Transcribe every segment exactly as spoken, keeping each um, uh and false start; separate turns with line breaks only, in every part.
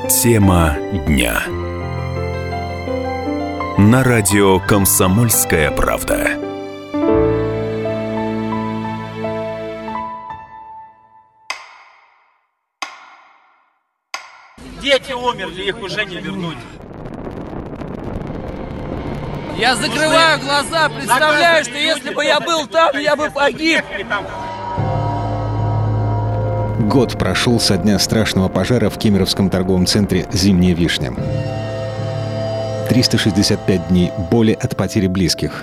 Тема дня. На радио «Комсомольская правда».
Дети умерли, их уже не вернуть.
Я закрываю глаза, представляю, что если бы я был там, я бы погиб.
Год прошел со дня страшного пожара в Кемеровском торговом центре «Зимняя вишня». триста шестьдесят пять дней боли от потери близких.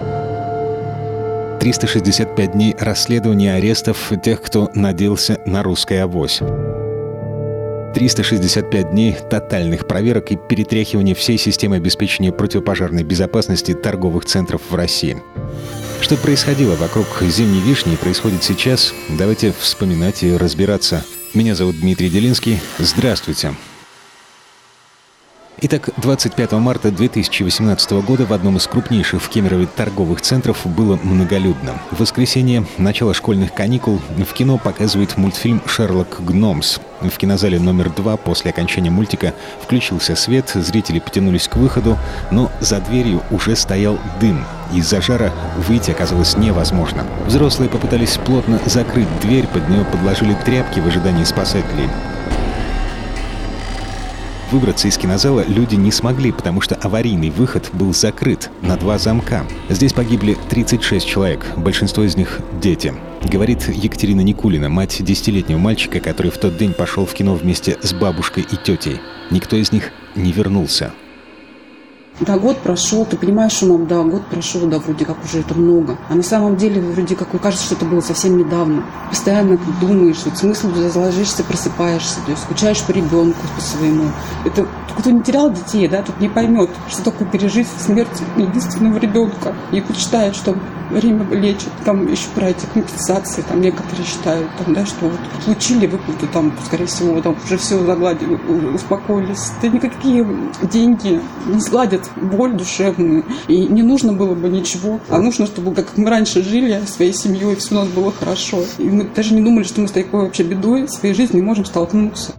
триста шестьдесят пять дней расследования арестов тех, кто надеялся на русское авось. триста шестьдесят пять дней тотальных проверок и перетряхивания всей системы обеспечения противопожарной безопасности торговых центров в России. Что происходило вокруг «Зимней вишни» и происходит сейчас, давайте вспоминать и разбираться. Меня зовут Дмитрий Делинский. Здравствуйте. Итак, двадцать пятого марта две тысячи восемнадцатого года в одном из крупнейших в Кемерове торговых центров было многолюдно. В воскресенье, начало школьных каникул, в кино показывает мультфильм «Шерлок Гномс». В кинозале номер два после окончания мультика включился свет, зрители потянулись к выходу, но за дверью уже стоял дым. Из-за жара выйти оказалось невозможно. Взрослые попытались плотно закрыть дверь, под нее подложили тряпки в ожидании спасателей. Выбраться из кинозала люди не смогли, потому что аварийный выход был закрыт на два замка. Здесь погибли тридцать шесть человек, большинство из них — дети. Говорит Екатерина Никулина, мать десятилетнего мальчика, который в тот день пошел в кино вместе с бабушкой и тетей. Никто из них не вернулся.
Да, год прошел, ты понимаешь, умом, да, год прошел, да, вроде как уже это много. А на самом деле, вроде как, кажется, что это было совсем недавно. Постоянно думаешь, вот смысл, ложишься, просыпаешься, то есть скучаешь по ребенку, по своему. Это кто не терял детей, да, тут не поймет, что такое пережить смерть единственного ребенка. И хоть считает, что время лечит, там еще про эти компенсации, там некоторые считают, там, да, что вот получили выплаты, там, скорее всего, там уже все загладили, успокоились. Да никакие деньги не сгладят боль душевную. И не нужно было бы ничего, а нужно, чтобы как мы раньше жили своей семьей, все у нас было хорошо. И мы даже не думали, что мы с такой вообще бедой в своей жизни можем столкнуться.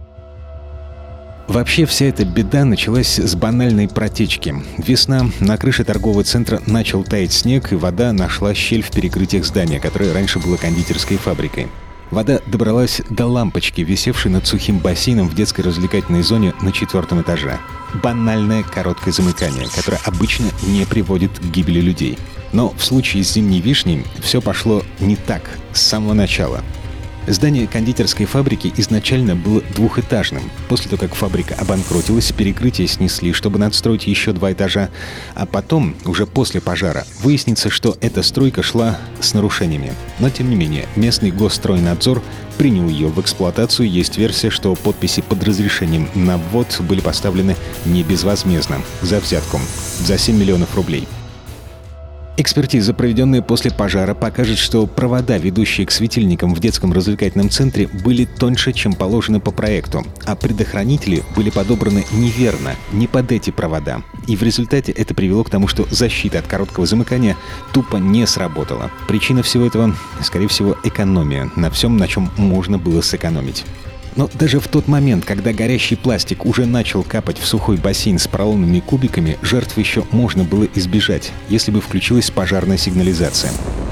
Вообще вся эта беда началась с банальной протечки. Весна, на крыше торгового центра начал таять снег, и вода нашла щель в перекрытиях здания, которое раньше было кондитерской фабрикой. Вода добралась до лампочки, висевшей над сухим бассейном в детской развлекательной зоне на четвертом этаже. Банальное короткое замыкание, которое обычно не приводит к гибели людей. Но в случае с «Зимней вишней» все пошло не так с самого начала. Здание кондитерской фабрики изначально было двухэтажным. После того, как фабрика обанкротилась, перекрытие снесли, чтобы надстроить еще два этажа. А потом, уже после пожара, выяснится, что эта стройка шла с нарушениями. Но, тем не менее, местный Госстройнадзор принял ее в эксплуатацию. Есть версия, что подписи под разрешением на ввод были поставлены не безвозмездно, за взятку, за семь миллионов рублей. Экспертиза, проведенная после пожара, покажет, что провода, ведущие к светильникам в детском развлекательном центре, были тоньше, чем положено по проекту, а предохранители были подобраны неверно, не под эти провода. И в результате это привело к тому, что защита от короткого замыкания тупо не сработала. Причина всего этого, скорее всего, экономия на всем, на чем можно было сэкономить. Но даже в тот момент, когда горящий пластик уже начал капать в сухой бассейн с поролонными кубиками, жертв еще можно было избежать, если бы включилась пожарная сигнализация.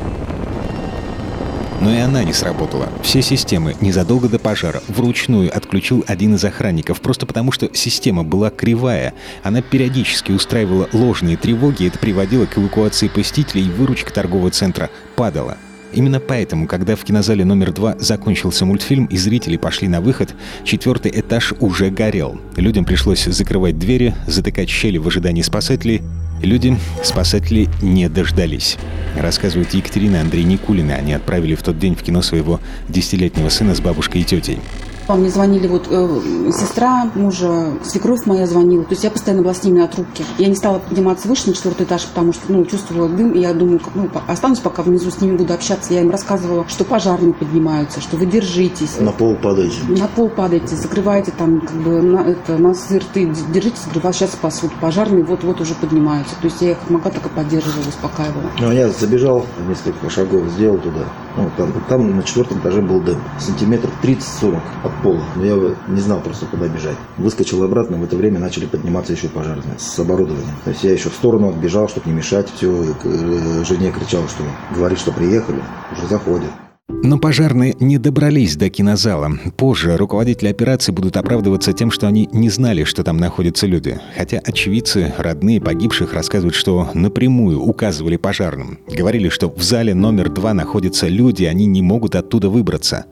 Но и она не сработала. Все системы незадолго до пожара вручную отключил один из охранников, просто потому что система была кривая. Она периодически устраивала ложные тревоги, и это приводило к эвакуации посетителей, и выручка торгового центра падала. Именно поэтому, когда в кинозале номер два закончился мультфильм и зрители пошли на выход, четвертый этаж уже горел. Людям пришлось закрывать двери, затыкать щели в ожидании спасателей. Люди спасателей не дождались. Рассказывает Екатерина и Андрей Никулины. Они отправили в тот день в кино своего десятилетнего сына с бабушкой и тетей.
Мне звонили вот э, сестра мужа, свекровь моя звонила. То есть я постоянно была с ними на трубке. Я не стала подниматься выше на четвертый этаж, потому что ну, чувствовала дым. И я думаю, ну, останусь пока внизу, с ними буду общаться. Я им рассказывала, что пожарные поднимаются, что вы держитесь.
На пол падайте.
На пол падайте, закрывайте там, как бы, на, это, носы, рты, держите, закрывайте, сейчас спасут. Пожарные вот-вот уже поднимаются. То есть я их как могла, так и поддерживала, успокаивала.
Ну, а я забежал, несколько шагов сделал туда. Ну, там, там на четвертом этаже был дым. Сантиметров тридцать-сорок от пола. Но я не знал просто, куда бежать. Выскочил обратно, в это время начали подниматься еще пожарные с оборудованием. То есть я еще в сторону отбежал, чтобы не мешать. Все, жене кричал, что говорит, что приехали, уже заходят.
Но пожарные не добрались до кинозала. Позже руководители операции будут оправдываться тем, что они не знали, что там находятся люди. Хотя очевидцы, родные погибших, рассказывают, что напрямую указывали пожарным. Говорили, что в зале номер два находятся люди, они не могут оттуда выбраться.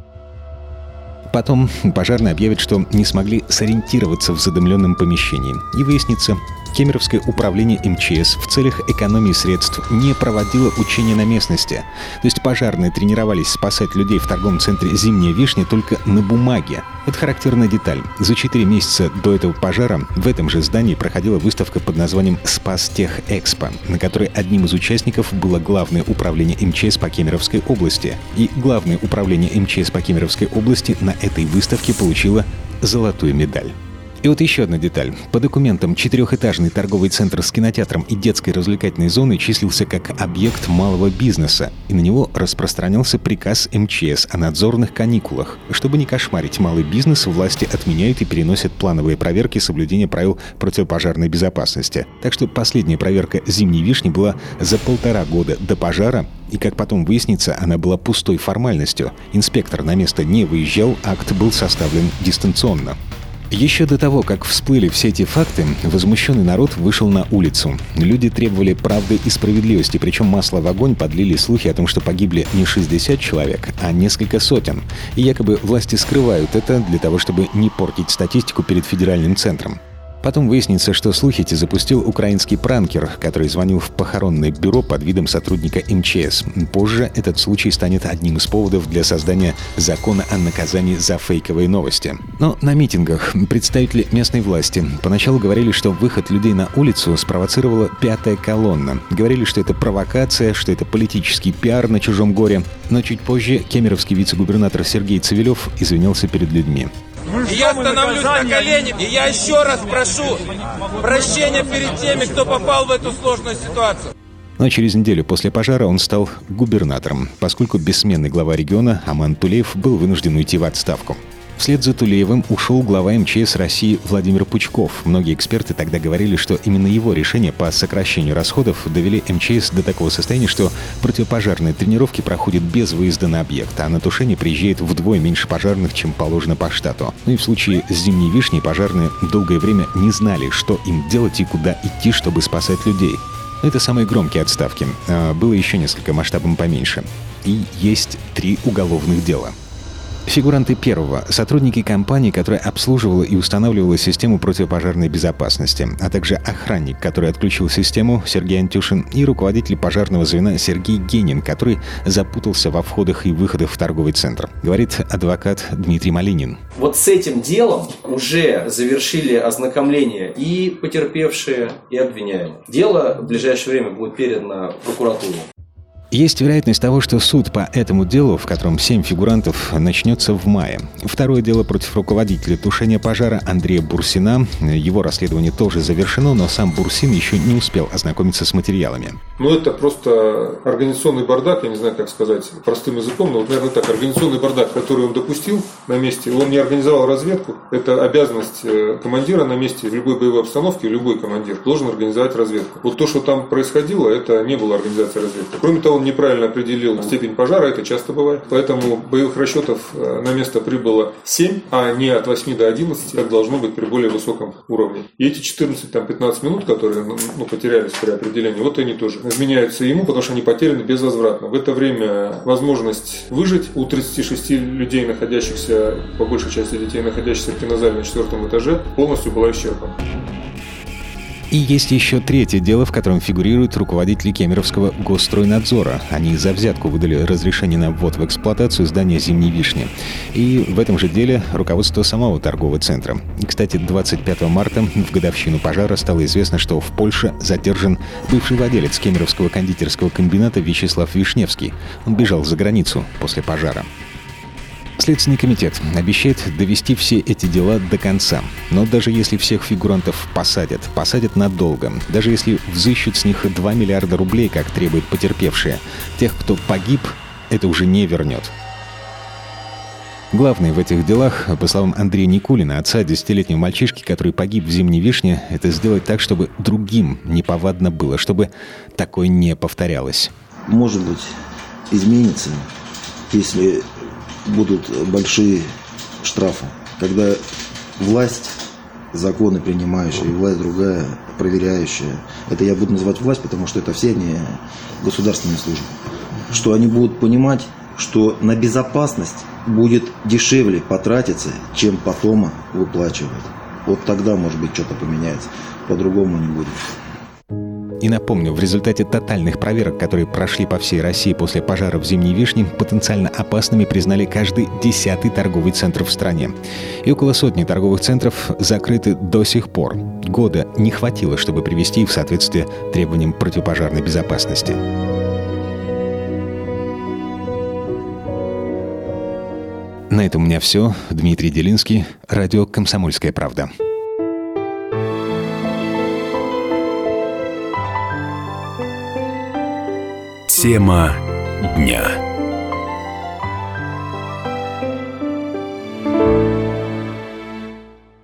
Потом пожарные объявят, что не смогли сориентироваться в задымленном помещении. И выяснится, Кемеровское управление эм че эс в целях экономии средств не проводило учения на местности. То есть пожарные тренировались спасать людей в торговом центре «Зимняя вишня» только на бумаге. Это характерная деталь. За четыре месяца до этого пожара в этом же здании проходила выставка под названием «Спастехэкспо», на которой одним из участников было Главное управление эм че эс по Кемеровской области. И Главное управление эм че эс по Кемеровской области на этой выставке получило золотую медаль. И вот еще одна деталь. По документам, четырехэтажный торговый центр с кинотеатром и детской развлекательной зоной числился как объект малого бизнеса, и на него распространялся приказ эм че эс о надзорных каникулах. Чтобы не кошмарить малый бизнес, власти отменяют и переносят плановые проверки соблюдения правил противопожарной безопасности. Так что последняя проверка «Зимней вишни» была за полтора года до пожара, и, как потом выяснится, она была пустой формальностью. Инспектор на место не выезжал, акт был составлен дистанционно. Еще до того, как всплыли все эти факты, возмущенный народ вышел на улицу. Люди требовали правды и справедливости, причем масло в огонь подлили слухи о том, что погибли не шестьдесят человек, а несколько сотен. И якобы власти скрывают это для того, чтобы не портить статистику перед федеральным центром. Потом выяснится, что слухи эти запустил украинский пранкер, который звонил в похоронное бюро под видом сотрудника эм че эс. Позже этот случай станет одним из поводов для создания закона о наказании за фейковые новости. Но на митингах представители местной власти поначалу говорили, что выход людей на улицу спровоцировала пятая колонна. Говорили, что это провокация, что это политический пиар на чужом горе. Но чуть позже кемеровский вице-губернатор Сергей Цивилев извинялся перед людьми.
И я становлюсь на колени, и я еще раз прошу прощения перед теми, кто попал в эту сложную ситуацию.
Но через неделю после пожара он стал губернатором, поскольку бессменный глава региона Аман Тулеев был вынужден уйти в отставку. Вслед за Тулеевым ушел глава эм че эс России Владимир Пучков. Многие эксперты тогда говорили, что именно его решения по сокращению расходов довели эм че эс до такого состояния, что противопожарные тренировки проходят без выезда на объект, а на тушение приезжает вдвое меньше пожарных, чем положено по штату. Ну и в случае с «Зимней вишней» пожарные долгое время не знали, что им делать и куда идти, чтобы спасать людей. Но это самые громкие отставки. А было еще несколько масштабом поменьше. И есть три уголовных дела. Фигуранты первого – сотрудники компании, которая обслуживала и устанавливала систему противопожарной безопасности, а также охранник, который отключил систему, Сергей Антюшин, и руководитель пожарного звена Сергей Генин, который запутался во входах и выходах в торговый центр, говорит адвокат Дмитрий Малинин.
Вот с этим делом уже завершили ознакомление и потерпевшие, и обвиняемые. Дело в ближайшее время будет передано в прокуратуру.
Есть вероятность того, что суд по этому делу, в котором семь фигурантов, начнется в мае. Второе дело против руководителя тушения пожара Андрея Бурсина. Его расследование тоже завершено, но сам Бурсин еще не успел ознакомиться с материалами.
Ну, это просто организационный бардак, я не знаю, как сказать простым языком, но, вот, наверное, так, организационный бардак, который он допустил на месте. Он не организовал разведку. Это обязанность командира на месте в любой боевой обстановке, любой командир должен организовать разведку. Вот то, что там происходило, это не было организацией разведки. Кроме того, он неправильно определил степень пожара, это часто бывает. Поэтому боевых расчетов на место прибыло семь, а не от восьми до одиннадцати, как должно быть при более высоком уровне. И эти четырнадцать-пятнадцать минут, которые ну, потерялись при определении, вот они тоже изменяются ему, потому что они потеряны безвозвратно. В это время возможность выжить у тридцати шести людей, находящихся, по большей части детей, находящихся в кинозале на четвертом этаже, полностью была исчерпана.
И есть еще третье дело, в котором фигурируют руководители Кемеровского госстройнадзора. Они за взятку выдали разрешение на ввод в эксплуатацию здания «Зимней вишни». И в этом же деле руководство самого торгового центра. И, кстати, двадцать пятого марта, в годовщину пожара, стало известно, что в Польше задержан бывший владелец Кемеровского кондитерского комбината Вячеслав Вишневский. Он бежал за границу после пожара. Следственный комитет обещает довести все эти дела до конца. Но даже если всех фигурантов посадят, посадят надолго, даже если взыщут с них два миллиарда рублей, как требуют потерпевшие, тех, кто погиб, это уже не вернет. Главное в этих делах, по словам Андрея Никулина, отца десятилетнего мальчишки, который погиб в «Зимней вишне», это сделать так, чтобы другим неповадно было, чтобы такое не повторялось.
Может быть, изменится, если будут большие штрафы. Когда власть, законы принимающая, и власть другая, проверяющая, это я буду называть власть, потому что это все они государственные службы, что они будут понимать, что на безопасность будет дешевле потратиться, чем потом выплачивать. Вот тогда, может быть, что-то поменяется. По-другому не будет.
И напомню, в результате тотальных проверок, которые прошли по всей России после пожара в «Зимней вишне», потенциально опасными признали каждый десятый торговый центр в стране. И около сотни торговых центров закрыты до сих пор. Года не хватило, чтобы привести их в соответствие требованиям противопожарной безопасности. На этом у меня все. Дмитрий Делинский, радио «Комсомольская правда».
Тема дня.